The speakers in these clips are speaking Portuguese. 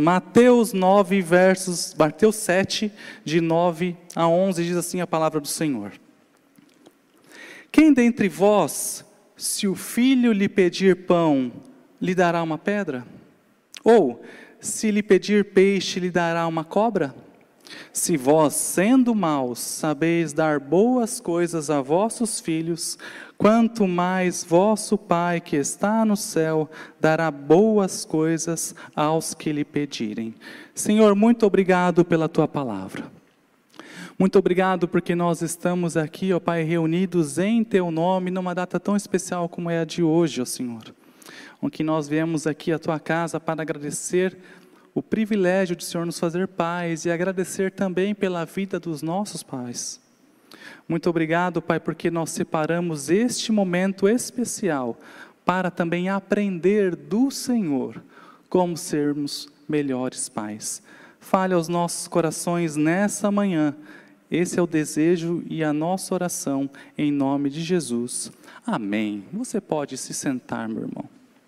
Mateus 7, de 9 a 11, diz assim a palavra do Senhor. Quem dentre vós, se o filho lhe pedir pão, lhe dará uma pedra? Ou, se lhe pedir peixe, lhe dará uma cobra? Se vós, sendo maus, sabeis dar boas coisas a vossos filhos, quanto mais vosso Pai que está no céu dará boas coisas aos que lhe pedirem. Senhor, muito obrigado pela tua palavra. Muito obrigado porque nós estamos aqui, ó Pai, reunidos em teu nome, numa data tão especial como é a de hoje, ó Senhor. Onde nós viemos aqui à tua casa para agradecer o privilégio de o Senhor nos fazer pais e agradecer também pela vida dos nossos pais. Muito obrigado, Pai, porque nós separamos este momento especial para também aprender do Senhor como sermos melhores pais. Fale aos nossos corações nessa manhã. Esse é o desejo e a nossa oração em nome de Jesus. Amém. Você pode se sentar, meu irmão.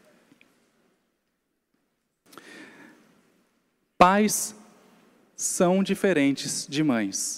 Pais são diferentes de mães.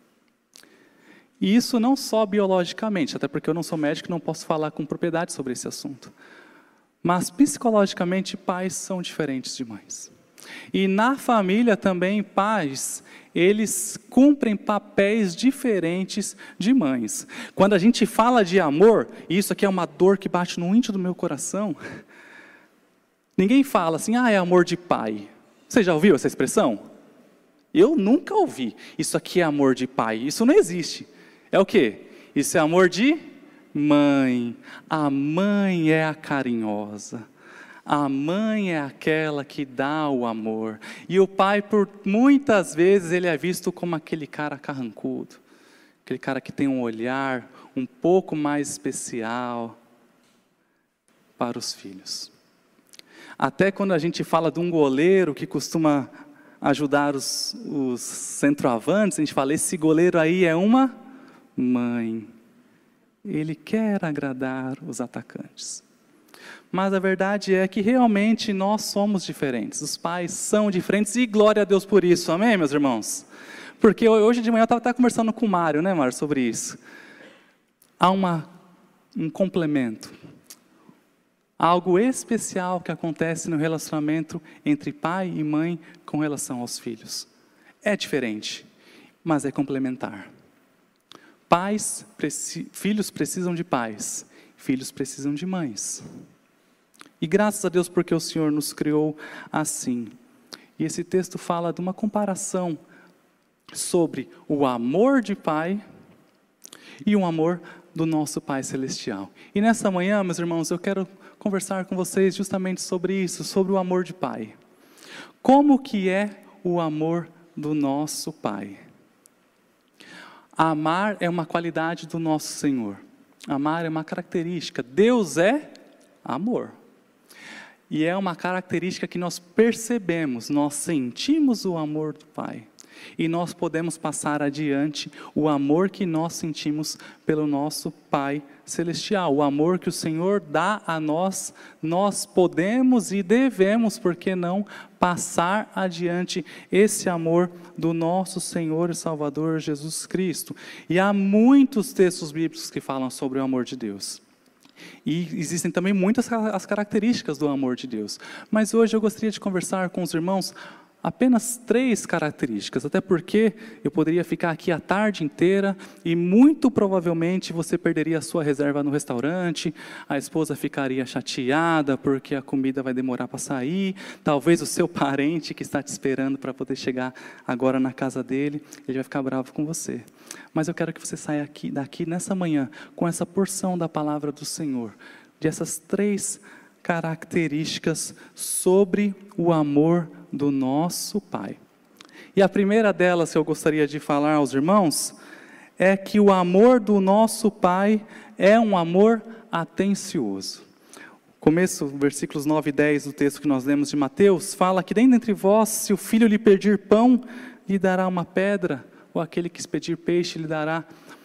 E isso não só biologicamente, até porque eu não sou médico e não posso falar com propriedade sobre esse assunto. Mas psicologicamente, pais são diferentes de mães. E na família também, pais, eles cumprem papéis diferentes de mães. Quando a gente fala de amor, e isso aqui é uma dor que bate no íntimo do meu coração, ninguém fala assim, é amor de pai. Você já ouviu essa expressão? Eu nunca ouvi. Isso aqui é amor de pai. Isso não existe. É o quê? Isso é amor de mãe. A mãe é a carinhosa. A mãe é aquela que dá o amor. E o pai, por muitas vezes, ele é visto como aquele cara carrancudo. Aquele cara que tem um olhar um pouco mais especial para os filhos. Até quando a gente fala de um goleiro que costuma ajudar os centroavantes, a gente fala, esse goleiro aí é uma mãe. Ele quer agradar os atacantes. Mas a verdade é que realmente nós somos diferentes. Os pais são diferentes e glória a Deus por isso. Amém, meus irmãos? Porque hoje de manhã eu estava até conversando com o Mário, né, Mário, sobre isso. Há um complemento. Algo especial que acontece no relacionamento entre pai e mãe com relação aos filhos. É diferente, mas é complementar. Filhos precisam de pais, filhos precisam de mães. E graças a Deus porque o Senhor nos criou assim. E esse texto fala de uma comparação sobre o amor de pai e o amor do nosso Pai Celestial. E nessa manhã, meus irmãos, eu quero conversar com vocês justamente sobre isso, sobre o amor de pai. Como que é o amor do nosso Pai? Amar é uma qualidade do nosso Senhor. Amar é uma característica. Deus é amor. E é uma característica que nós percebemos, nós sentimos o amor do Pai. E nós podemos passar adiante o amor que nós sentimos pelo nosso Pai Celestial. O amor que o Senhor dá a nós, nós podemos e devemos, por que não, passar adiante esse amor do nosso Senhor e Salvador Jesus Cristo. E há muitos textos bíblicos que falam sobre o amor de Deus. E existem também muitas as características do amor de Deus. Mas hoje eu gostaria de conversar com os irmãos apenas 3 características, até porque eu poderia ficar aqui a tarde inteira e muito provavelmente você perderia a sua reserva no restaurante, a esposa ficaria chateada porque a comida vai demorar para sair, talvez o seu parente que está te esperando para poder chegar agora na casa dele, ele vai ficar bravo com você. Mas eu quero que você saia daqui nessa manhã com essa porção da palavra do Senhor, dessas 3 características sobre o amor do nosso Pai. E a primeira delas que eu gostaria de falar aos irmãos é que o amor do nosso Pai é um amor atencioso. Começo, versículos 9 e 10 do texto que nós lemos de Mateus, fala que dentro entre vós, se o filho lhe pedir pão, lhe dará uma pedra, ou aquele que se pedir peixe lhe dará,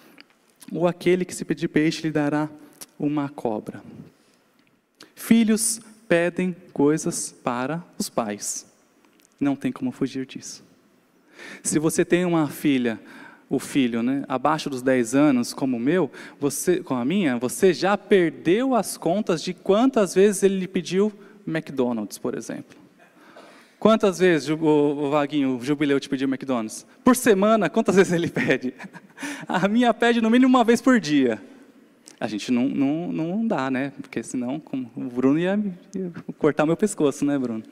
uma cobra. Filhos pedem coisas para os pais. Não tem como fugir disso. Se você tem uma filha, o filho, né, abaixo dos 10 anos, como o meu, com a minha, você já perdeu as contas de quantas vezes ele lhe pediu McDonald's, por exemplo. Quantas vezes o Vaguinho, o Jubileu, te pediu McDonald's? Por semana, quantas vezes ele pede? A minha pede no mínimo uma vez por dia. A gente não dá, né? Porque senão o Bruno ia cortar meu pescoço, né, Bruno?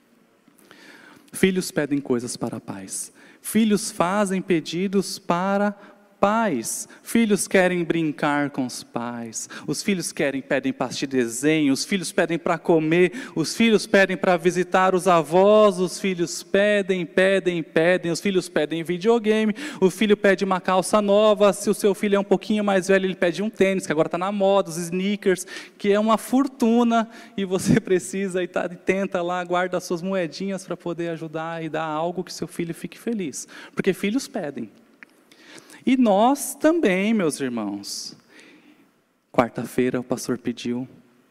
Filhos pedem coisas para pais. Filhos fazem pedidos para pais. Filhos querem brincar com os pais. Os filhos pedem para assistir desenho. Os filhos pedem para comer. Os filhos pedem para visitar os avós. Os filhos pedem. Os filhos pedem videogame. O filho pede uma calça nova. Se o seu filho é um pouquinho mais velho, ele pede um tênis, que agora está na moda, os sneakers, que é uma fortuna, e você precisa e tenta lá, guarda as suas moedinhas para poder ajudar e dar algo que seu filho fique feliz. Porque filhos pedem. E nós também, meus irmãos. Quarta-feira o pastor pediu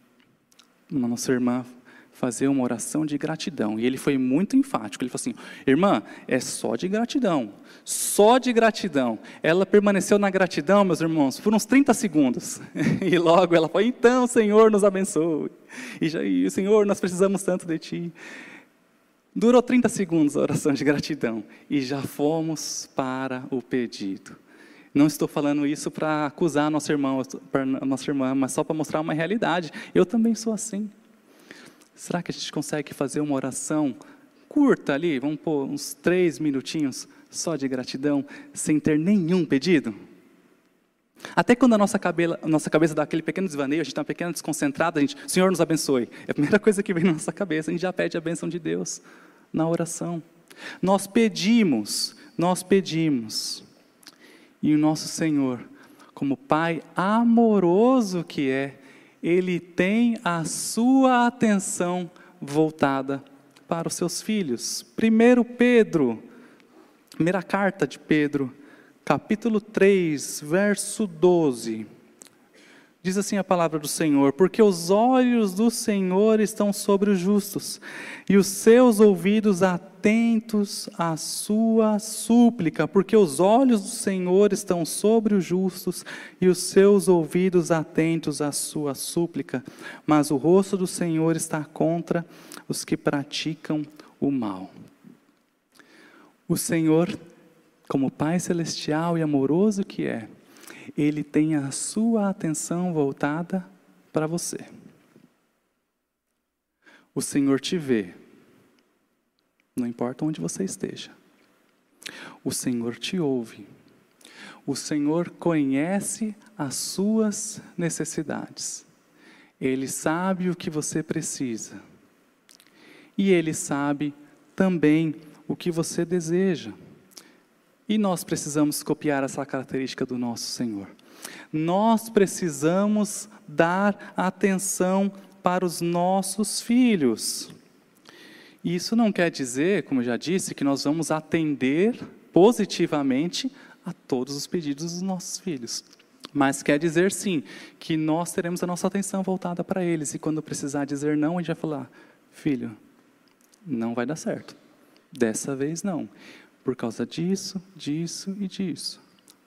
a nossa irmã fazer uma oração de gratidão. E ele foi muito enfático. Ele falou assim: irmã, é só de gratidão. Só de gratidão. Ela permaneceu na gratidão, meus irmãos, por uns 30 segundos. E logo ela falou: então, Senhor, nos abençoe. E Senhor, nós precisamos tanto de Ti. Durou 30 segundos a oração de gratidão e já fomos para o pedido. Não estou falando isso para acusar a nossa irmã, mas só para mostrar uma realidade. Eu também sou assim. Será que a gente consegue fazer uma oração curta ali, vamos pôr uns 3 minutinhos só de gratidão, sem ter nenhum pedido? Até quando a nossa cabeça dá aquele pequeno desvaneio, a gente está uma pequena desconcentrada, Senhor nos abençoe. É a primeira coisa que vem na nossa cabeça, a gente já pede a bênção de Deus na oração. Nós pedimos, e o nosso Senhor, como Pai amoroso que é, Ele tem a sua atenção voltada para os seus filhos. Primeira carta de Pedro, capítulo 3, verso 12, diz assim a palavra do Senhor: porque os olhos do Senhor estão sobre os justos, e os seus ouvidos atentos à sua súplica. Porque os olhos do Senhor estão sobre os justos, e os seus ouvidos atentos à sua súplica, mas o rosto do Senhor está contra os que praticam o mal. O Senhor, como Pai celestial e amoroso que é, Ele tem a sua atenção voltada para você. O Senhor te vê, não importa onde você esteja. O Senhor te ouve. O Senhor conhece as suas necessidades. Ele sabe o que você precisa. E Ele sabe também o que você deseja. E nós precisamos copiar essa característica do nosso Senhor. Nós precisamos dar atenção para os nossos filhos. E isso não quer dizer, como eu já disse, que nós vamos atender positivamente a todos os pedidos dos nossos filhos. Mas quer dizer sim, que nós teremos a nossa atenção voltada para eles. E quando precisar dizer não, a gente vai falar: filho, não vai dar certo. Dessa vez não. Por causa disso, disso e disso.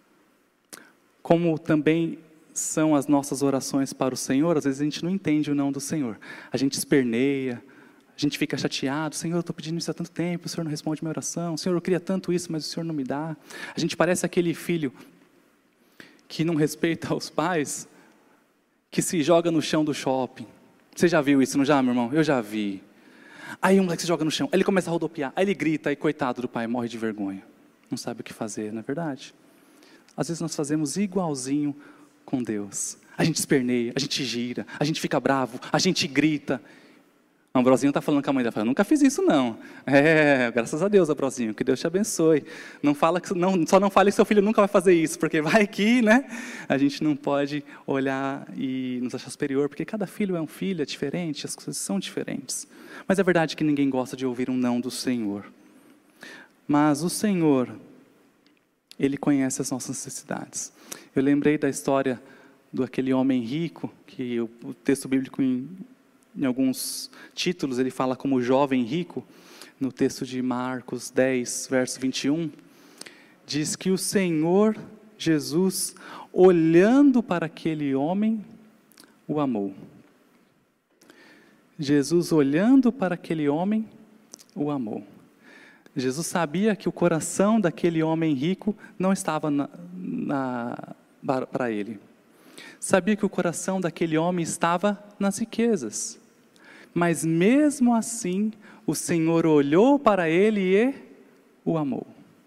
Como também são as nossas orações para o Senhor, às vezes a gente não entende o não do Senhor. A gente esperneia, a gente fica chateado: Senhor, eu estou pedindo isso há tanto tempo, o Senhor não responde minha oração. Senhor, eu queria tanto isso, mas o Senhor não me dá. A gente parece aquele filho que não respeita os pais, que se joga no chão do shopping. Você já viu isso, não já, meu irmão? Eu já vi. Aí o moleque se joga no chão, aí ele começa a rodopiar, aí ele grita, aí coitado do pai, morre de vergonha. Não sabe o que fazer, não é verdade? Às vezes nós fazemos igualzinho com Deus. A gente esperneia, a gente gira, a gente fica bravo, a gente grita. O Ambrosinho está falando com a mãe dela: eu nunca fiz isso não. Graças a Deus, Ambrosinho, que Deus te abençoe. Só não fale que seu filho nunca vai fazer isso, porque vai que, né? A gente não pode olhar e nos achar superior, porque cada filho é um filho, é diferente, as coisas são diferentes. Mas é verdade que ninguém gosta de ouvir um não do Senhor. Mas o Senhor, Ele conhece as nossas necessidades. Eu lembrei da história daquele homem rico, que o texto bíblico em alguns títulos ele fala como jovem rico, no texto de Marcos 10, verso 21, diz que o Senhor Jesus, olhando para aquele homem, o amou. Jesus, olhando para aquele homem, o amou. Jesus sabia que o coração daquele homem rico não estava para ele. Sabia que o coração daquele homem estava nas riquezas. Mas mesmo assim, o Senhor olhou para ele e o amou.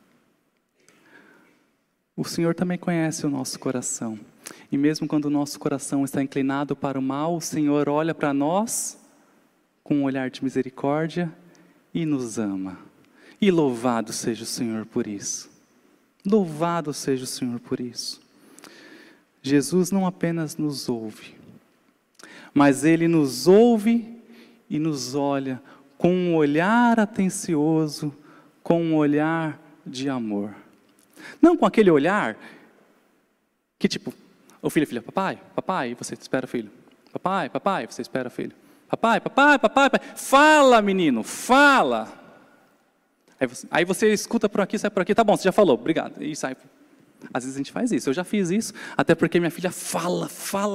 O Senhor também conhece o nosso coração. E mesmo quando o nosso coração está inclinado para o mal, o Senhor olha para nós com um olhar de misericórdia e nos ama. E louvado seja o Senhor por isso. Louvado seja o Senhor por isso. Jesus não apenas nos ouve, mas Ele nos ouve e nos olha com um olhar atencioso, com um olhar de amor. Não com aquele olhar que tipo, o filho, filha, papai, papai, você espera filho. Papai, papai, você espera filho. Papai, papai, papai, papai. Fala, menino, fala. Aí você escuta por aqui, sai por aqui, tá bom, você já falou, obrigado. E sai. Às vezes a gente faz isso, eu já fiz isso, até porque minha filha fala.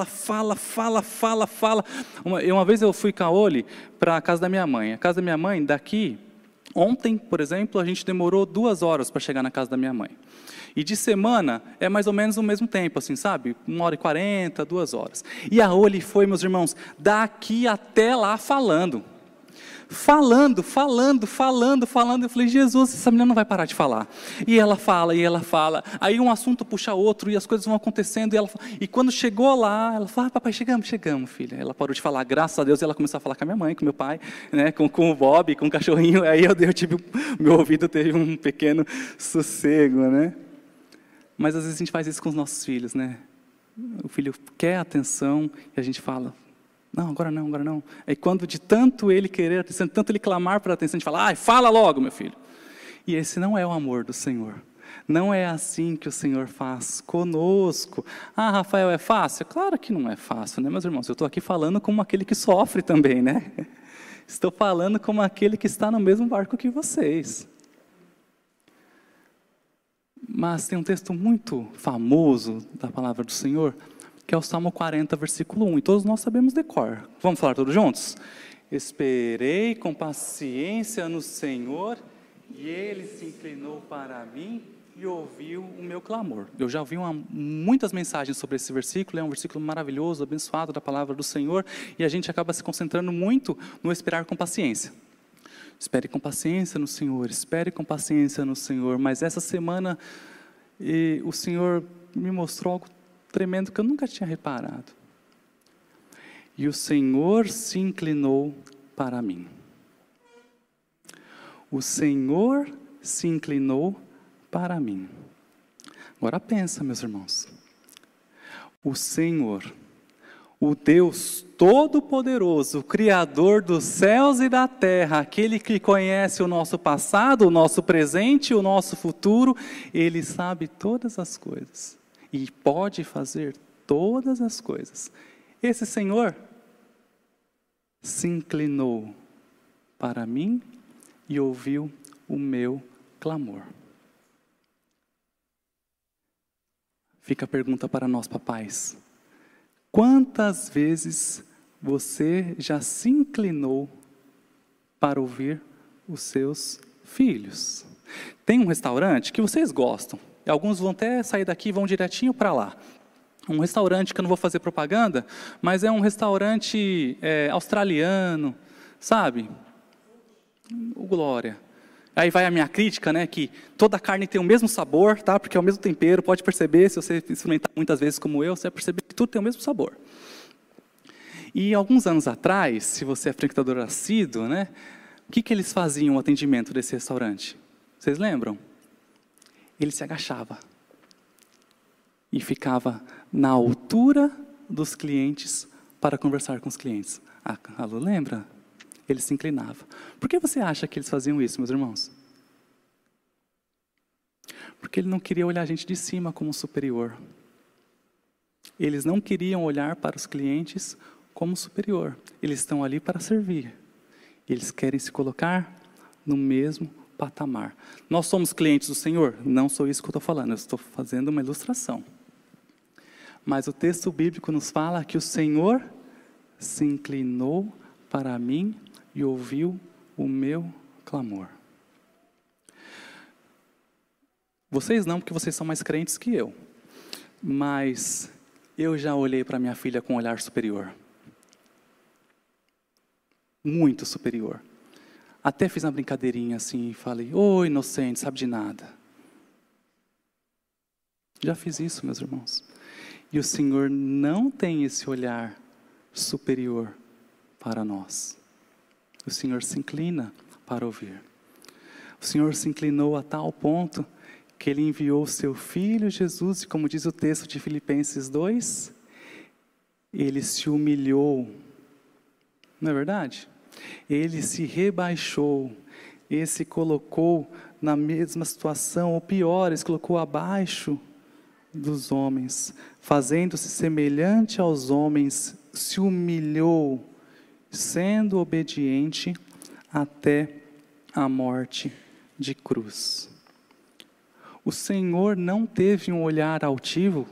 Uma vez eu fui com a Oli para a casa da minha mãe. A casa da minha mãe, daqui, ontem, por exemplo, a gente demorou 2 horas para chegar na casa da minha mãe. E de semana é mais ou menos o mesmo tempo, assim, sabe? 1h40, 2 horas. E a Oli foi, meus irmãos, daqui até lá falando. Falando. Eu falei, Jesus, essa menina não vai parar de falar. E ela fala. Aí um assunto puxa outro e as coisas vão acontecendo. E quando chegou lá, ela fala, papai, chegamos, filha. Ela parou de falar, graças a Deus, e ela começou a falar com a minha mãe, com meu pai, né, com o Bob, com o cachorrinho. Aí meu ouvido teve um pequeno sossego, né? Mas às vezes a gente faz isso com os nossos filhos, né? O filho quer atenção e a gente fala, não, agora não. Aí quando de tanto ele querer atenção, de tanto ele clamar por atenção, a gente fala, ai, fala logo, meu filho. E esse não é o amor do Senhor. Não é assim que o Senhor faz conosco. Ah, Rafael, é fácil? Claro que não é fácil, né, meus irmãos? Eu estou aqui falando como aquele que sofre também, né? Estou falando como aquele que está no mesmo barco que vocês. Mas tem um texto muito famoso da palavra do Senhor, que é o Salmo 40, versículo 1, e todos nós sabemos de cor. Vamos falar todos juntos? Esperei com paciência no Senhor, e Ele se inclinou para mim e ouviu o meu clamor. Eu já ouvi muitas mensagens sobre esse versículo, é um versículo maravilhoso, abençoado da palavra do Senhor, e a gente acaba se concentrando muito no esperar com paciência. Espere com paciência no Senhor, espere com paciência no Senhor. Mas essa semana o Senhor me mostrou algo tremendo que eu nunca tinha reparado. E o Senhor se inclinou para mim. O Senhor se inclinou para mim. Agora pensa, meus irmãos. O Senhor, o Deus Todo-Poderoso, o Criador dos céus e da terra, aquele que conhece o nosso passado, o nosso presente, o nosso futuro, Ele sabe todas as coisas e pode fazer todas as coisas. Esse Senhor se inclinou para mim e ouviu o meu clamor. Fica a pergunta para nós, papais. Quantas vezes você já se inclinou para ouvir os seus filhos? Tem um restaurante que vocês gostam. Alguns vão até sair daqui e vão direitinho para lá. Um restaurante que eu não vou fazer propaganda, mas é um restaurante australiano, sabe? O Glória. Aí vai a minha crítica, né, que toda carne tem o mesmo sabor, tá? Porque é o mesmo tempero, pode perceber, se você experimentar muitas vezes como eu, você vai perceber que tudo tem o mesmo sabor. E alguns anos atrás, se você é frequentador assíduo, né, o que eles faziam no atendimento desse restaurante? Vocês lembram? Ele se agachava e ficava na altura dos clientes para conversar com os clientes. A Lu lembra? Ele se inclinava. Por que você acha que eles faziam isso, meus irmãos? Porque ele não queria olhar a gente de cima como superior. Eles não queriam olhar para os clientes como superior. Eles estão ali para servir. Eles querem se colocar no mesmo patamar. Nós somos clientes do Senhor? Não sou isso que eu estou falando, eu estou fazendo uma ilustração. Mas o texto bíblico nos fala que o Senhor se inclinou para mim e ouviu o meu clamor. Vocês não, porque vocês são mais crentes que eu. Mas eu já olhei para minha filha com um olhar superior. Muito superior. Até fiz uma brincadeirinha assim e falei: ô inocente, sabe de nada. Já fiz isso, meus irmãos. E o Senhor não tem esse olhar superior para nós. O Senhor se inclina para ouvir. O Senhor se inclinou a tal ponto que Ele enviou o Seu Filho Jesus, e como diz o texto de Filipenses 2, Ele se humilhou. Não é verdade? Ele se rebaixou, Ele se colocou na mesma situação, ou pior, Ele se colocou abaixo dos homens, fazendo-se semelhante aos homens, se humilhou, sendo obediente até a morte de cruz. O Senhor não teve um olhar altivo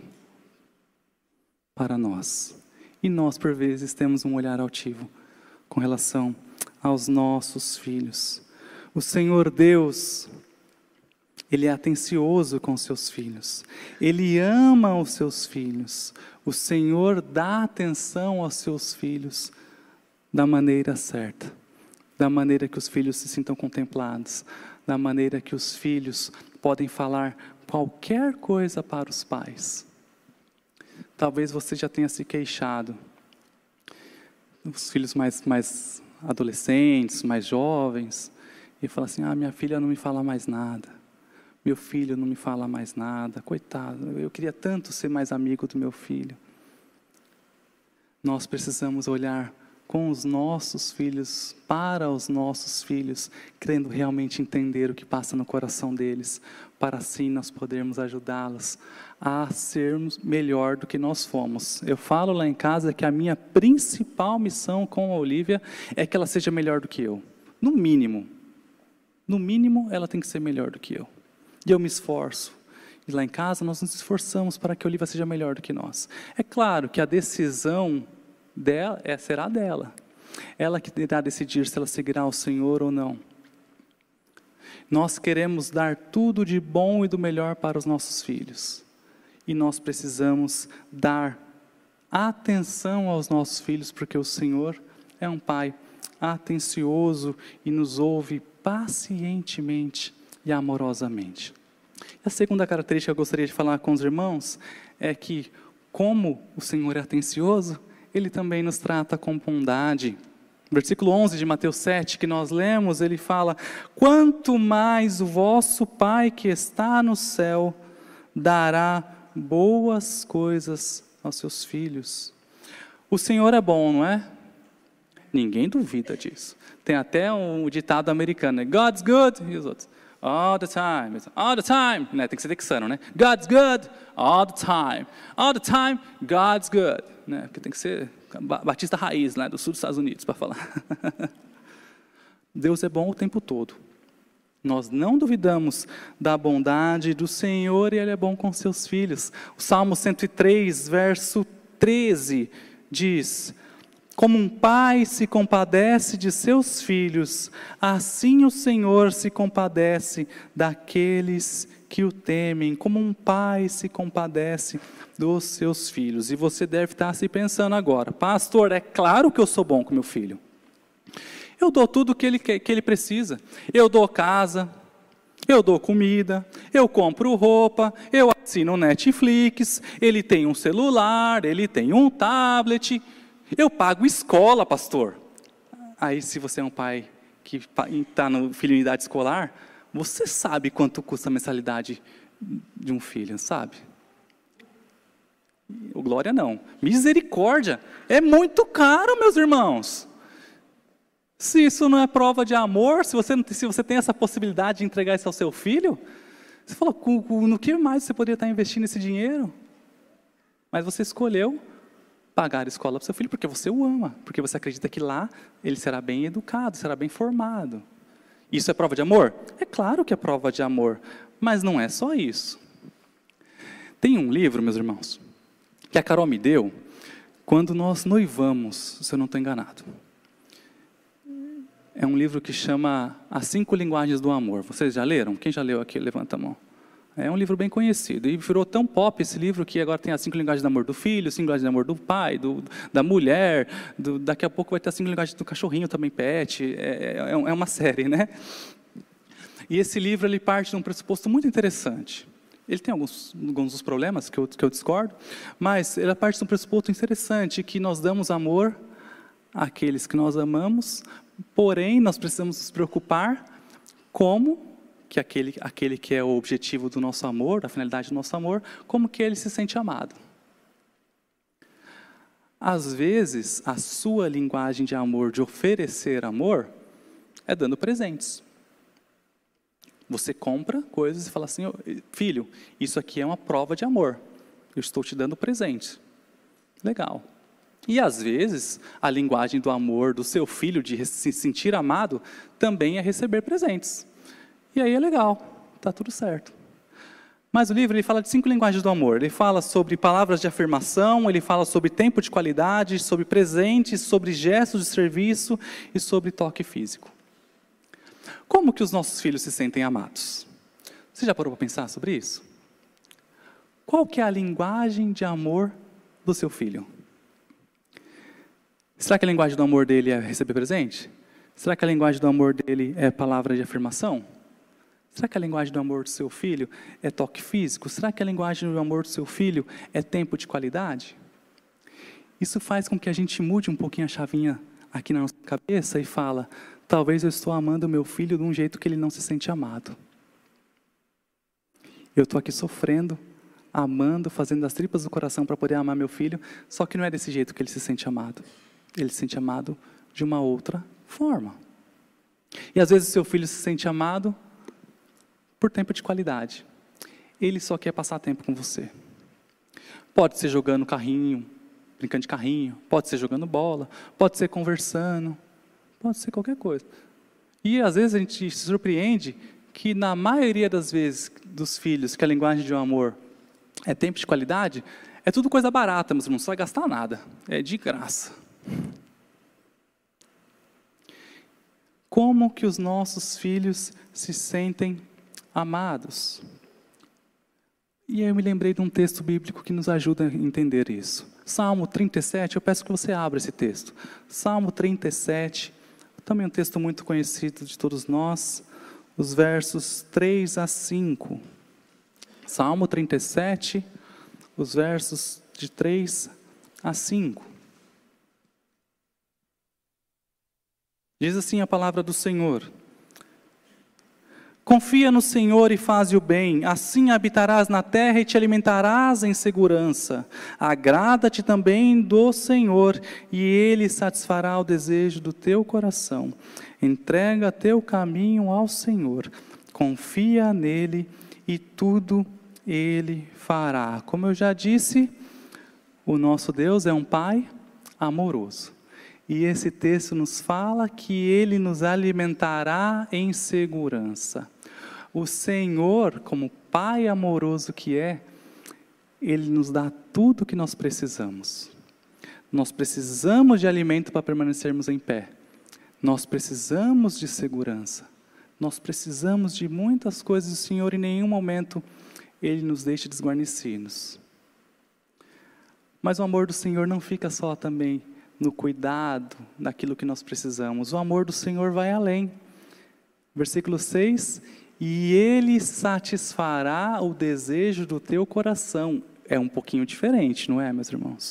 para nós, e nós por vezes temos um olhar altivo com relação aos nossos filhos. O Senhor Deus, Ele é atencioso com seus filhos. Ele ama os seus filhos. O Senhor dá atenção aos seus filhos da maneira certa. Da maneira que os filhos se sintam contemplados. Da maneira que os filhos podem falar qualquer coisa para os pais. Talvez você já tenha se queixado. Os filhos mais adolescentes, mais jovens. E fala assim: minha filha não me fala mais nada. Meu filho não me fala mais nada, coitado, eu queria tanto ser mais amigo do meu filho. Nós precisamos olhar com os nossos filhos, para os nossos filhos, querendo realmente entender o que passa no coração deles, para assim nós podermos ajudá-los a sermos melhor do que nós fomos. Eu falo lá em casa que a minha principal missão com a Olivia é que ela seja melhor do que eu, no mínimo. No mínimo, ela tem que ser melhor do que eu. E eu me esforço. E lá em casa nós nos esforçamos para que a Olivia seja melhor do que nós. É claro que a decisão dela será dela. Ela que irá decidir se ela seguirá o Senhor ou não. Nós queremos dar tudo de bom e do melhor para os nossos filhos. E nós precisamos dar atenção aos nossos filhos, porque o Senhor é um Pai atencioso e nos ouve pacientemente e amorosamente. A segunda característica que eu gostaria de falar com os irmãos é que, como o Senhor é atencioso, Ele também nos trata com bondade. Versículo 11 de Mateus 7, que nós lemos, ele fala: quanto mais o vosso Pai que está no céu dará boas coisas aos seus filhos. O Senhor é bom, não é? Ninguém duvida disso. Tem até um ditado americano, God's good, e os outros, all the time, né? Tem que ser texano, né? God's good, all the time, God's good, né? Porque tem que ser batista raiz, né? Do sul dos Estados Unidos, para falar. Deus é bom o tempo todo. Nós não duvidamos da bondade do Senhor, e Ele é bom com seus filhos. O Salmo 103, verso 13, diz: como um pai se compadece de seus filhos, assim o Senhor se compadece daqueles que o temem. Como um pai se compadece dos seus filhos. E você deve estar se pensando agora: pastor, é claro que eu sou bom com meu filho. Eu dou tudo que ele precisa. Eu dou casa, eu dou comida, eu compro roupa, eu assino Netflix, ele tem um celular, ele tem um tablet. Eu pago escola, pastor. Aí, se você é um pai que está no filho em idade escolar, você sabe quanto custa a mensalidade de um filho, sabe? O glória não. Misericórdia. É muito caro, meus irmãos. Se isso não é prova de amor, se você tem essa possibilidade de entregar isso ao seu filho, você fala, no que mais você poderia estar investindo esse dinheiro? Mas você escolheu pagar a escola para o seu filho porque você o ama, porque você acredita que lá ele será bem educado, será bem formado. Isso é prova de amor? É claro que é prova de amor, mas não é só isso. Tem um livro, meus irmãos, que a Carol me deu quando nós noivamos, se eu não estou enganado. É um livro que chama As 5 Linguagens do Amor. Vocês já leram? Quem já leu aqui? Levanta a mão. É um livro bem conhecido. E virou tão pop esse livro que agora tem as 5 linguagens do amor do filho, as 5 linguagens do amor do pai, da mulher. Daqui a pouco vai ter as 5 linguagens do cachorrinho também, pet. É uma série, né? E esse livro ele parte de um pressuposto muito interessante. Ele tem alguns dos problemas que eu discordo, mas ele parte de um pressuposto interessante, que nós damos amor àqueles que nós amamos, porém nós precisamos nos preocupar como que aquele que é o objetivo do nosso amor, da finalidade do nosso amor, como que ele se sente amado. Às vezes, a sua linguagem de amor, de oferecer amor, é dando presentes. Você compra coisas e fala assim, filho, isso aqui é uma prova de amor. Eu estou te dando presente. Legal. E às vezes, a linguagem do amor do seu filho, de se sentir amado, também é receber presentes. E aí é legal, está tudo certo. Mas o livro ele fala de 5 linguagens do amor. Ele fala sobre palavras de afirmação, ele fala sobre tempo de qualidade, sobre presentes, sobre gestos de serviço e sobre toque físico. Como que os nossos filhos se sentem amados? Você já parou para pensar sobre isso? Qual que é a linguagem de amor do seu filho? Será que a linguagem do amor dele é receber presente? Será que a linguagem do amor dele é palavra de afirmação? Será que a linguagem do amor do seu filho é toque físico? Será que a linguagem do amor do seu filho é tempo de qualidade? Isso faz com que a gente mude um pouquinho a chavinha aqui na nossa cabeça e fala, talvez eu estou amando o meu filho de um jeito que ele não se sente amado. Eu estou aqui sofrendo, amando, fazendo das tripas do coração para poder amar meu filho, só que não é desse jeito que ele se sente amado. Ele se sente amado de uma outra forma. E às vezes o seu filho se sente amado por tempo de qualidade. Ele só quer passar tempo com você. Pode ser jogando carrinho, brincando de carrinho, pode ser jogando bola, pode ser conversando, pode ser qualquer coisa. E às vezes a gente se surpreende que na maioria das vezes dos filhos que a linguagem de um amor é tempo de qualidade, é tudo coisa barata, mas não vai gastar nada, é de graça. Como que os nossos filhos se sentem amados? E aí eu me lembrei de um texto bíblico que nos ajuda a entender isso. Salmo 37, eu peço que você abra esse texto. Salmo 37, também um texto muito conhecido de todos nós, os versos 3 a 5. Salmo 37, os versos de 3 a 5. Diz assim a palavra do Senhor. Confia no Senhor e faze o bem, assim habitarás na terra e te alimentarás em segurança. Agrada-te também do Senhor, e Ele satisfará o desejo do teu coração. Entrega teu caminho ao Senhor, confia nele e tudo Ele fará. Como eu já disse, o nosso Deus é um Pai amoroso. E esse texto nos fala que Ele nos alimentará em segurança. O Senhor, como Pai amoroso que é, Ele nos dá tudo o que nós precisamos. Nós precisamos de alimento para permanecermos em pé. Nós precisamos de segurança. Nós precisamos de muitas coisas do Senhor, e em nenhum momento Ele nos deixa desguarnecidos. Mas o amor do Senhor não fica só também no cuidado daquilo que nós precisamos. O amor do Senhor vai além. Versículo 6, e Ele satisfará o desejo do teu coração. É um pouquinho diferente, não é, meus irmãos?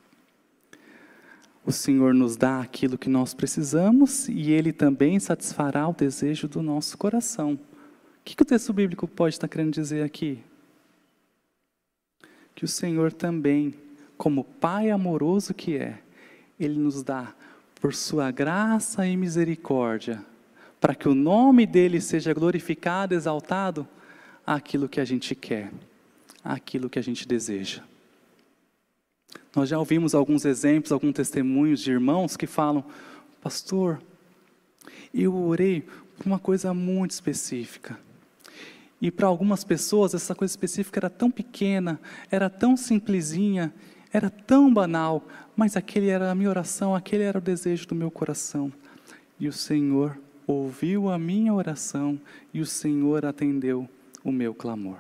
O Senhor nos dá aquilo que nós precisamos e Ele também satisfará o desejo do nosso coração. O que o texto bíblico pode estar querendo dizer aqui? Que o Senhor também, como Pai amoroso que é, Ele nos dá, por sua graça e misericórdia, para que o nome dEle seja glorificado, exaltado, aquilo que a gente quer, aquilo que a gente deseja. Nós já ouvimos alguns exemplos, alguns testemunhos de irmãos que falam, pastor, eu orei por uma coisa muito específica. E para algumas pessoas, essa coisa específica era tão pequena, era tão simplesinha, era tão banal, mas aquele era a minha oração, aquele era o desejo do meu coração. E o Senhor ouviu a minha oração e o Senhor atendeu o meu clamor.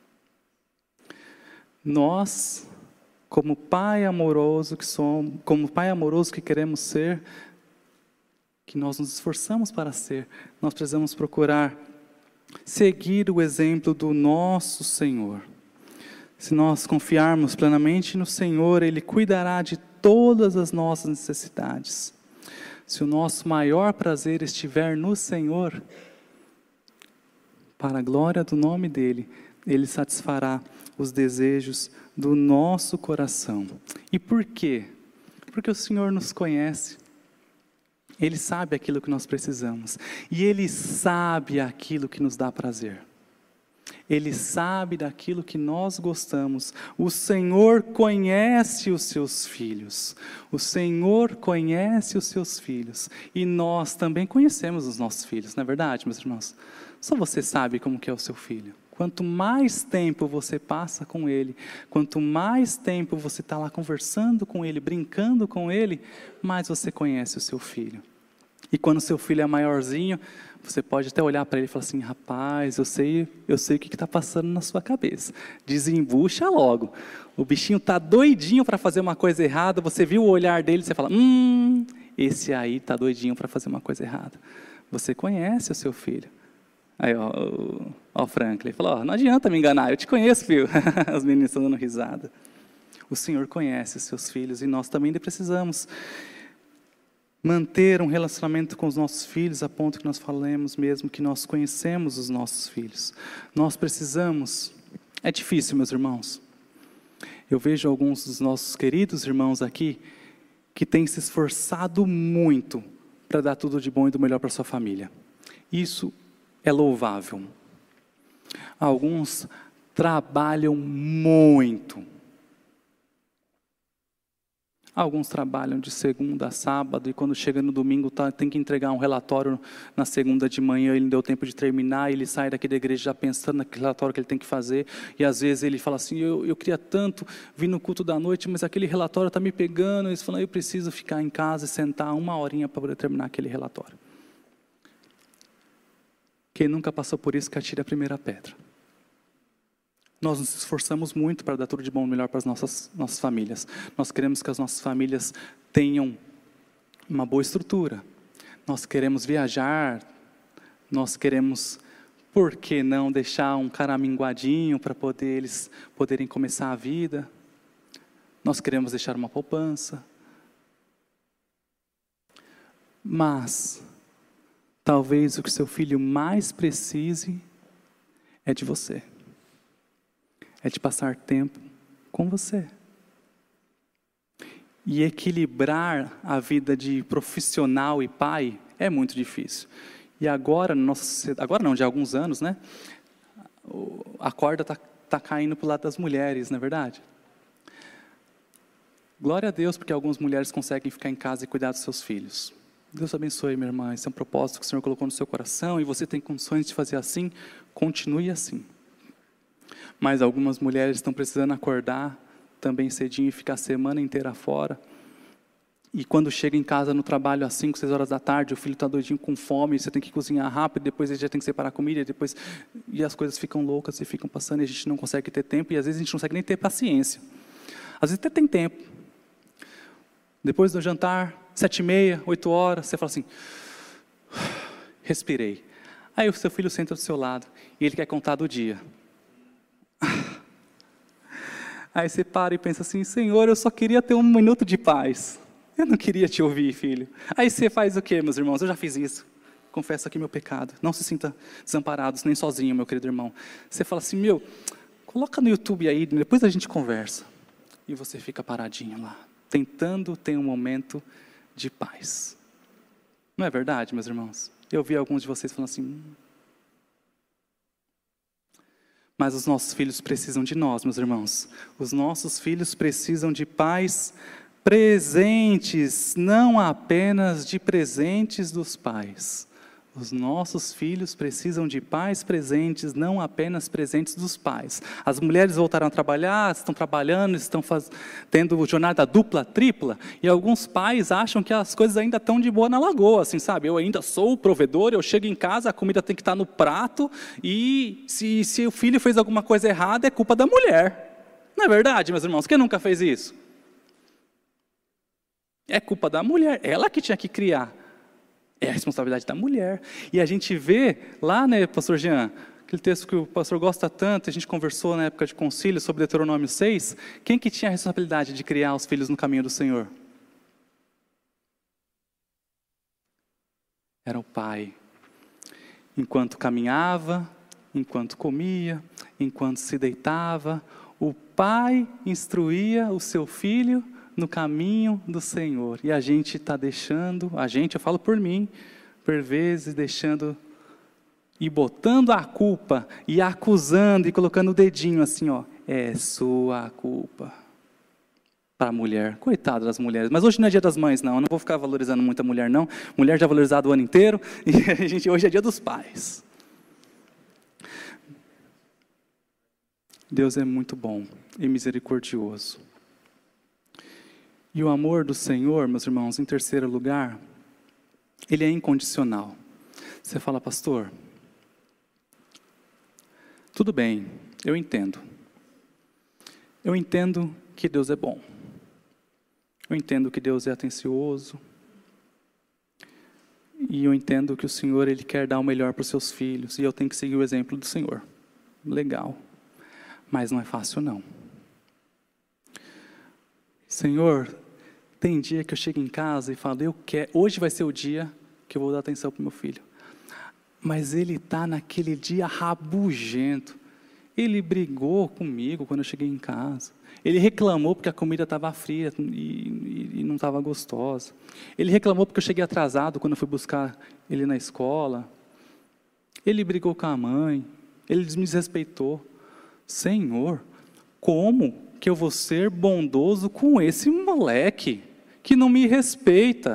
Nós, como pai amoroso que somos, como pai amoroso que queremos ser, que nós nos esforçamos para ser, nós precisamos procurar seguir o exemplo do nosso Senhor. Se nós confiarmos plenamente no Senhor, Ele cuidará de todas as nossas necessidades. Se o nosso maior prazer estiver no Senhor, para a glória do nome dEle, Ele satisfará os desejos do nosso coração. E por quê? Porque o Senhor nos conhece. Ele sabe aquilo que nós precisamos. E Ele sabe aquilo que nos dá prazer. Ele sabe daquilo que nós gostamos. O Senhor conhece os seus filhos. O Senhor conhece os seus filhos. E nós também conhecemos os nossos filhos, não é verdade, meus irmãos? Só você sabe como que é o seu filho. Quanto mais tempo você passa com ele, quanto mais tempo você está lá conversando com ele, brincando com ele, mais você conhece o seu filho. E quando o seu filho é maiorzinho, você pode até olhar para ele e falar assim: rapaz, eu sei o que está passando na sua cabeça. Desembucha logo. O bichinho está doidinho para fazer uma coisa errada, você viu o olhar dele, você fala: esse aí está doidinho para fazer uma coisa errada. Você conhece o seu filho. Aí, ó, o Franklin falou: não adianta me enganar, eu te conheço, filho. Os meninos estão dando risada. O Senhor conhece os seus filhos e nós também precisamos manter um relacionamento com os nossos filhos a ponto que nós falemos mesmo que nós conhecemos os nossos filhos. Nós precisamos, é difícil, meus irmãos. Eu vejo alguns dos nossos queridos irmãos aqui que têm se esforçado muito para dar tudo de bom e do melhor para sua família. Isso é louvável. Alguns trabalham muito. Alguns trabalham de segunda a sábado e quando chega no domingo tem que entregar um relatório na segunda de manhã, ele não deu tempo de terminar, ele sai daqui da igreja já pensando naquele relatório que ele tem que fazer, e às vezes ele fala assim: eu queria tanto vir no culto da noite, mas aquele relatório está me pegando, e ele fala: eu preciso ficar em casa e sentar uma horinha para poder terminar aquele relatório. Quem nunca passou por isso, que atire a primeira pedra. Nós nos esforçamos muito para dar tudo de bom e melhor para as nossas famílias. Nós queremos que as nossas famílias tenham uma boa estrutura. Nós queremos viajar. Nós queremos, por que não, deixar um caraminguadinho para eles poderem começar a vida. Nós queremos deixar uma poupança. Mas talvez o que seu filho mais precise é de você. É de passar tempo com você. E equilibrar a vida de profissional e pai é muito difícil. E agora não, de alguns anos, né? A corda tá caindo para o lado das mulheres, não é verdade? Glória a Deus, porque algumas mulheres conseguem ficar em casa e cuidar dos seus filhos. Deus abençoe, minha irmã. Esse é um propósito que o Senhor colocou no seu coração e você tem condições de fazer assim, continue assim. Mas algumas mulheres estão precisando acordar também cedinho e ficar a semana inteira fora. E quando chega em casa no trabalho às 5, 6 horas da tarde, o filho está doidinho com fome, você tem que cozinhar rápido, depois ele já tem que separar a comida, e as coisas ficam loucas e ficam passando e a gente não consegue ter tempo e às vezes a gente não consegue nem ter paciência. Às vezes até tem tempo. Depois do jantar, 7h30, 8 horas, você fala assim: respirei. Aí o seu filho senta do seu lado e ele quer contar do dia. Aí você para e pensa assim: Senhor, eu só queria ter um minuto de paz. Eu não queria te ouvir, filho. Aí você faz o quê, meus irmãos? Eu já fiz isso. Confesso aqui meu pecado. Não se sinta desamparados, nem sozinho, meu querido irmão. Você fala assim: coloca no YouTube aí, depois a gente conversa. E você fica paradinho lá, tentando ter um momento de paz. Não é verdade, meus irmãos? Eu vi alguns de vocês falando assim: Mas os nossos filhos precisam de nós, meus irmãos. Os nossos filhos precisam de pais presentes, não apenas de presentes dos pais. Os nossos filhos precisam de pais presentes, não apenas presentes dos pais. As mulheres voltaram a trabalhar, estão trabalhando, estão tendo jornada dupla, tripla, e alguns pais acham que as coisas ainda estão de boa na lagoa, assim, sabe? Eu ainda sou o provedor, eu chego em casa, a comida tem que estar no prato, e se o filho fez alguma coisa errada, é culpa da mulher. Não é verdade, meus irmãos? Quem nunca fez isso? É culpa da mulher, ela que tinha que criar. É a responsabilidade da mulher. E a gente vê lá, né, pastor Jean, aquele texto que o pastor gosta tanto, a gente conversou na época de concílio sobre Deuteronômio 6, quem que tinha a responsabilidade de criar os filhos no caminho do Senhor? Era o pai. Enquanto caminhava, enquanto comia, enquanto se deitava, o pai instruía o seu filho no caminho do Senhor. E a gente está deixando, eu falo por mim, por vezes deixando e botando a culpa e acusando e colocando o dedinho assim, ó, é sua culpa. Para a mulher, coitada das mulheres. Mas hoje não é dia das mães, não. Eu não vou ficar valorizando muito a mulher, não. Mulher já é valorizada o ano inteiro e hoje é dia dos pais. Deus é muito bom e misericordioso. E o amor do Senhor, meus irmãos, em terceiro lugar, ele é incondicional. Você fala, pastor, tudo bem, eu entendo. Eu entendo que Deus é bom. Eu entendo que Deus é atencioso. E eu entendo que o Senhor, Ele quer dar o melhor para os seus filhos. E eu tenho que seguir o exemplo do Senhor. Legal. Mas não é fácil, não. Senhor, tem dia que eu chego em casa e falo, hoje vai ser o dia que eu vou dar atenção para o meu filho. Mas ele está naquele dia rabugento. Ele brigou comigo quando eu cheguei em casa. Ele reclamou porque a comida estava fria e não estava gostosa. Ele reclamou porque eu cheguei atrasado quando eu fui buscar ele na escola. Ele brigou com a mãe. Ele me desrespeitou. Senhor, como que eu vou ser bondoso com esse moleque que não me respeita?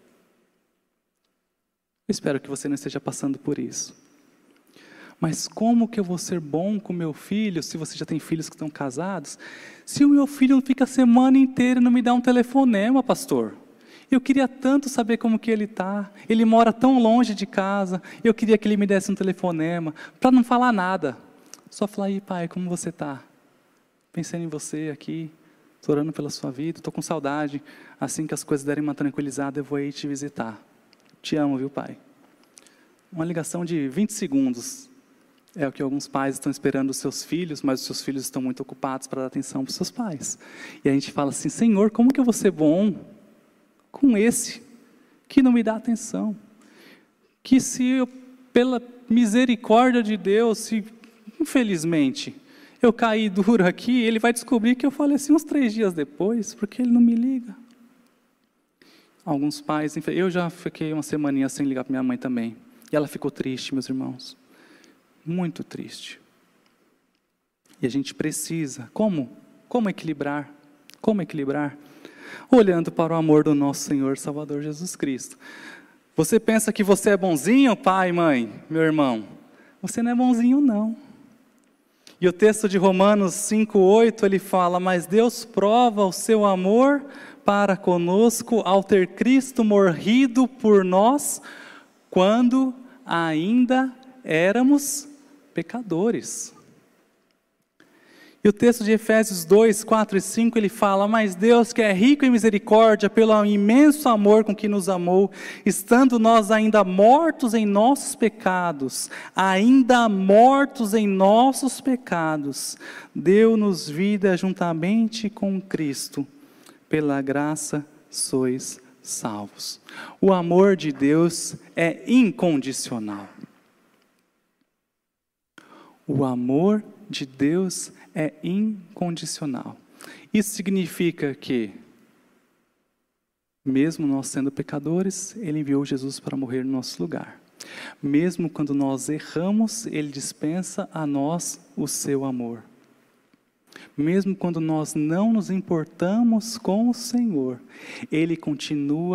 Eu espero que você não esteja passando por isso. Mas como que eu vou ser bom com meu filho, se você já tem filhos que estão casados, se o meu filho fica a semana inteira e não me dá um telefonema, pastor? Eu queria tanto saber como que ele está. Ele mora tão longe de casa, eu queria que ele me desse um telefonema, para não falar nada. Só falar, aí pai, como você está? Pensando em você aqui, estou orando pela sua vida, estou com saudade. Assim que as coisas derem uma tranquilizada, eu vou aí te visitar. Te amo, viu, pai? Uma ligação de 20 segundos é o que alguns pais estão esperando dos seus filhos, mas os seus filhos estão muito ocupados para dar atenção para os seus pais. E a gente fala assim, Senhor, como que eu vou ser bom com esse que não me dá atenção? Que se eu, pela misericórdia de Deus, se infelizmente eu caí duro aqui, ele vai descobrir que eu faleci uns 3 dias depois, porque ele não me liga. Alguns pais, eu já fiquei uma semaninha sem ligar para minha mãe também. E ela ficou triste, meus irmãos. Muito triste. E a gente precisa, como equilibrar? Como equilibrar? Olhando para o amor do nosso Senhor Salvador Jesus Cristo. Você pensa que você é bonzinho, pai, mãe, meu irmão? Você não é bonzinho, não. E o texto de Romanos 5:8, ele fala, mas Deus prova o seu amor para conosco ao ter Cristo morrido por nós, quando ainda éramos pecadores. E o texto de Efésios 2:4 e 5, ele fala, mas Deus que é rico em misericórdia, pelo imenso amor com que nos amou, estando nós ainda mortos em nossos pecados, deu-nos vida juntamente com Cristo, pela graça sois salvos. O amor de Deus é incondicional. O amor de Deus é incondicional. Isso significa que, mesmo nós sendo pecadores, Ele enviou Jesus para morrer no nosso lugar. Mesmo quando nós erramos, Ele dispensa a nós o seu amor. Mesmo quando nós não nos importamos com o Senhor, Ele continua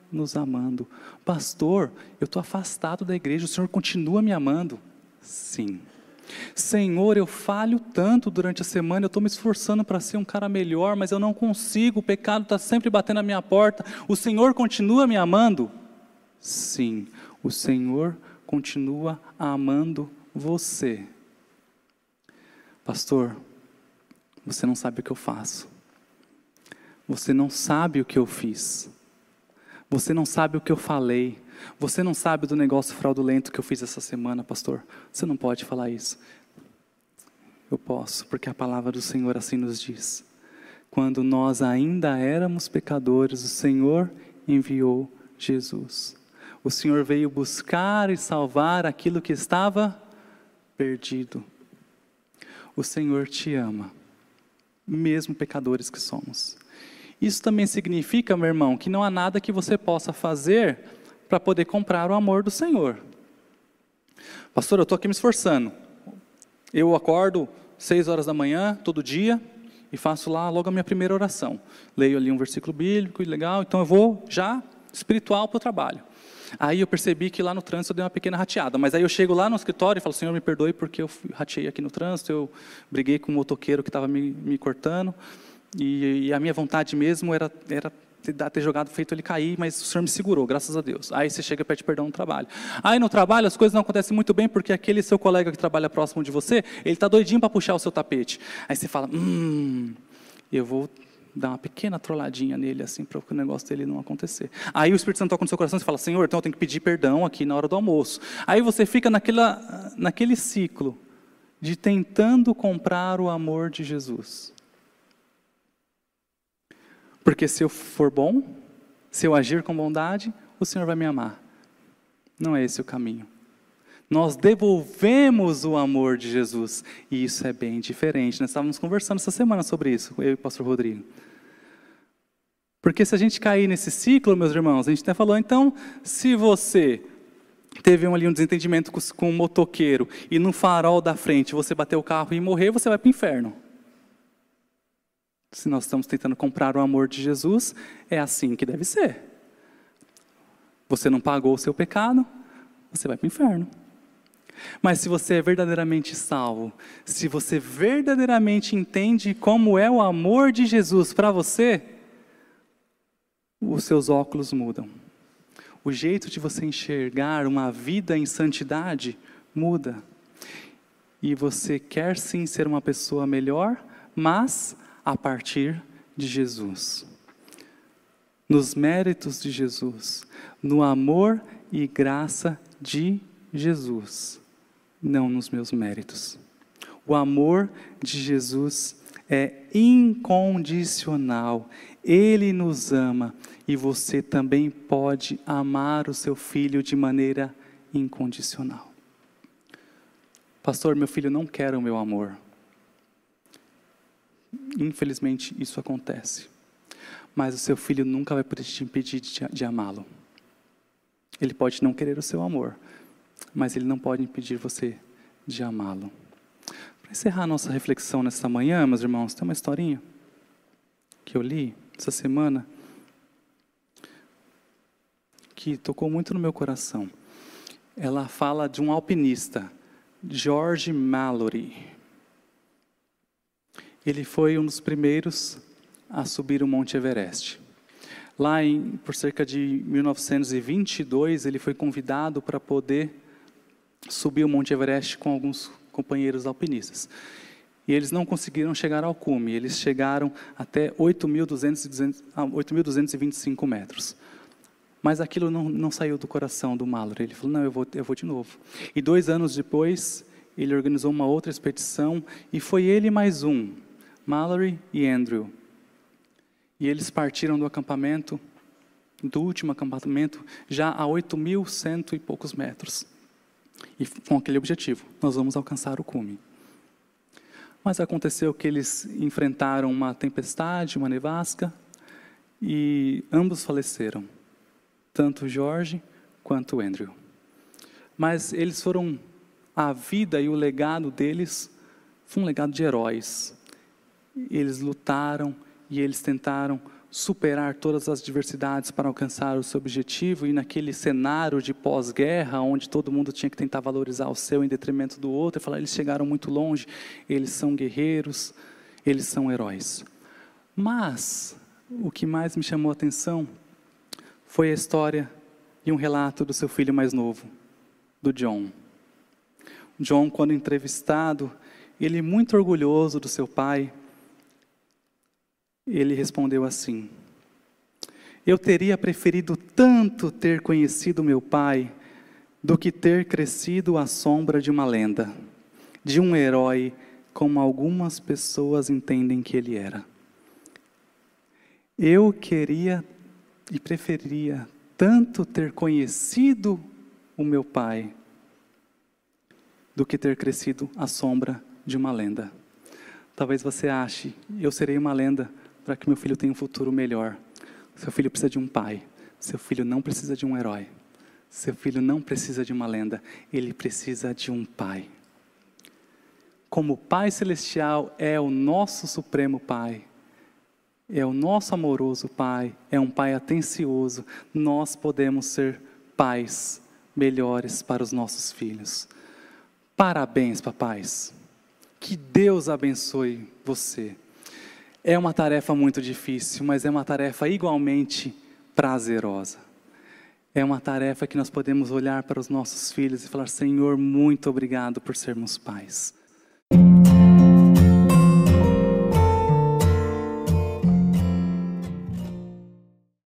nos amando. Pastor, eu estou afastado da igreja, o Senhor continua me amando? Sim. Senhor, eu falho tanto durante a semana, eu estou me esforçando para ser um cara melhor, mas eu não consigo, o pecado está sempre batendo na minha porta. O Senhor continua me amando? Sim, o Senhor continua amando você. Pastor, você não sabe o que eu faço. Você não sabe o que eu fiz. Você não sabe o que eu falei. Você não sabe do negócio fraudulento que eu fiz essa semana, pastor. Você não pode falar isso. Eu posso, porque a palavra do Senhor assim nos diz. Quando nós ainda éramos pecadores, o Senhor enviou Jesus. O Senhor veio buscar e salvar aquilo que estava perdido. O Senhor te ama, mesmo pecadores que somos. Isso também significa, meu irmão, que não há nada que você possa fazer para poder comprar o amor do Senhor. Pastor, eu estou aqui me esforçando. Eu acordo 6 horas da manhã, todo dia, e faço lá logo a minha primeira oração. Leio ali um versículo bíblico, legal, então eu vou já espiritual para o trabalho. Aí eu percebi que lá no trânsito eu dei uma pequena rateada, mas aí eu chego lá no escritório e falo, Senhor, me perdoe porque eu rateei aqui no trânsito, eu briguei com o motoqueiro que estava me cortando, e a minha vontade mesmo era ter jogado, feito ele cair, mas o Senhor me segurou, graças a Deus. Aí você chega e pede perdão no trabalho. Aí no trabalho as coisas não acontecem muito bem, porque aquele seu colega que trabalha próximo de você, ele está doidinho para puxar o seu tapete. Aí você fala, eu vou dar uma pequena trolladinha nele, assim, para o negócio dele não acontecer. Aí o Espírito Santo toca no seu coração e fala, Senhor, então eu tenho que pedir perdão aqui na hora do almoço. Aí você fica naquele ciclo de tentando comprar o amor de Jesus. Porque se eu for bom, se eu agir com bondade, o Senhor vai me amar. Não é esse o caminho. Nós devolvemos o amor de Jesus. E isso é bem diferente. Nós estávamos conversando essa semana sobre isso, eu e o pastor Rodrigo. Porque se a gente cair nesse ciclo, meus irmãos, a gente até falou, então, se você teve ali um desentendimento com um motoqueiro e no farol da frente você bater o carro e morrer, você vai para o inferno. Se nós estamos tentando comprar o amor de Jesus, é assim que deve ser. Você não pagou o seu pecado, você vai para o inferno. Mas se você é verdadeiramente salvo, se você verdadeiramente entende como é o amor de Jesus para você, os seus óculos mudam. O jeito de você enxergar uma vida em santidade muda. E você quer sim ser uma pessoa melhor, mas a partir de Jesus. Nos méritos de Jesus, no amor e graça de Jesus, não nos meus méritos. O amor de Jesus é incondicional. Ele nos ama e você também pode amar o seu filho de maneira incondicional. Pastor, meu filho não quer o meu amor. Infelizmente isso acontece, mas o seu filho nunca vai poder te impedir de amá-lo. Ele pode não querer o seu amor, mas ele não pode impedir você de amá-lo. Para encerrar a nossa reflexão nesta manhã, meus irmãos, tem uma historinha que eu li essa semana que tocou muito no meu coração. Ela fala de um alpinista, George Mallory. Ele foi um dos primeiros a subir o Monte Everest. Lá por cerca de 1922, ele foi convidado para poder subir o Monte Everest com alguns companheiros alpinistas. E eles não conseguiram chegar ao cume, eles chegaram até 8.225 metros. Mas aquilo não saiu do coração do Mallory. Ele falou, não, eu vou de novo. E 2 anos depois, ele organizou uma outra expedição, e foi ele mais um, Mallory e Andrew. E eles partiram do último acampamento, já a 8.100 e poucos metros. E com aquele objetivo, nós vamos alcançar o cume. Mas aconteceu que eles enfrentaram uma tempestade, uma nevasca, e ambos faleceram. Tanto George quanto Andrew. Mas eles foram, a vida e o legado deles, foi um legado de heróis. Eles lutaram e eles tentaram superar todas as adversidades para alcançar o seu objetivo, e naquele cenário de pós-guerra, onde todo mundo tinha que tentar valorizar o seu em detrimento do outro, e falar, eles chegaram muito longe, eles são guerreiros, eles são heróis. Mas, o que mais me chamou a atenção foi a história e um relato do seu filho mais novo, do John. John, quando entrevistado, ele muito orgulhoso do seu pai, ele respondeu assim: eu teria preferido tanto ter conhecido meu pai do que ter crescido à sombra de uma lenda, de um herói como algumas pessoas entendem que ele era. Eu queria e preferia tanto ter conhecido o meu pai do que ter crescido à sombra de uma lenda. Talvez você ache, eu serei uma lenda para que meu filho tenha um futuro melhor. Seu filho precisa de um pai. Seu filho não precisa de um herói. Seu filho não precisa de uma lenda. Ele precisa de um pai. Como o Pai Celestial é o nosso supremo Pai, é o nosso amoroso Pai, é um Pai atencioso, nós podemos ser pais melhores para os nossos filhos. Parabéns, papais. Que Deus abençoe você. É uma tarefa muito difícil, mas é uma tarefa igualmente prazerosa. É uma tarefa que nós podemos olhar para os nossos filhos e falar, Senhor, muito obrigado por sermos pais.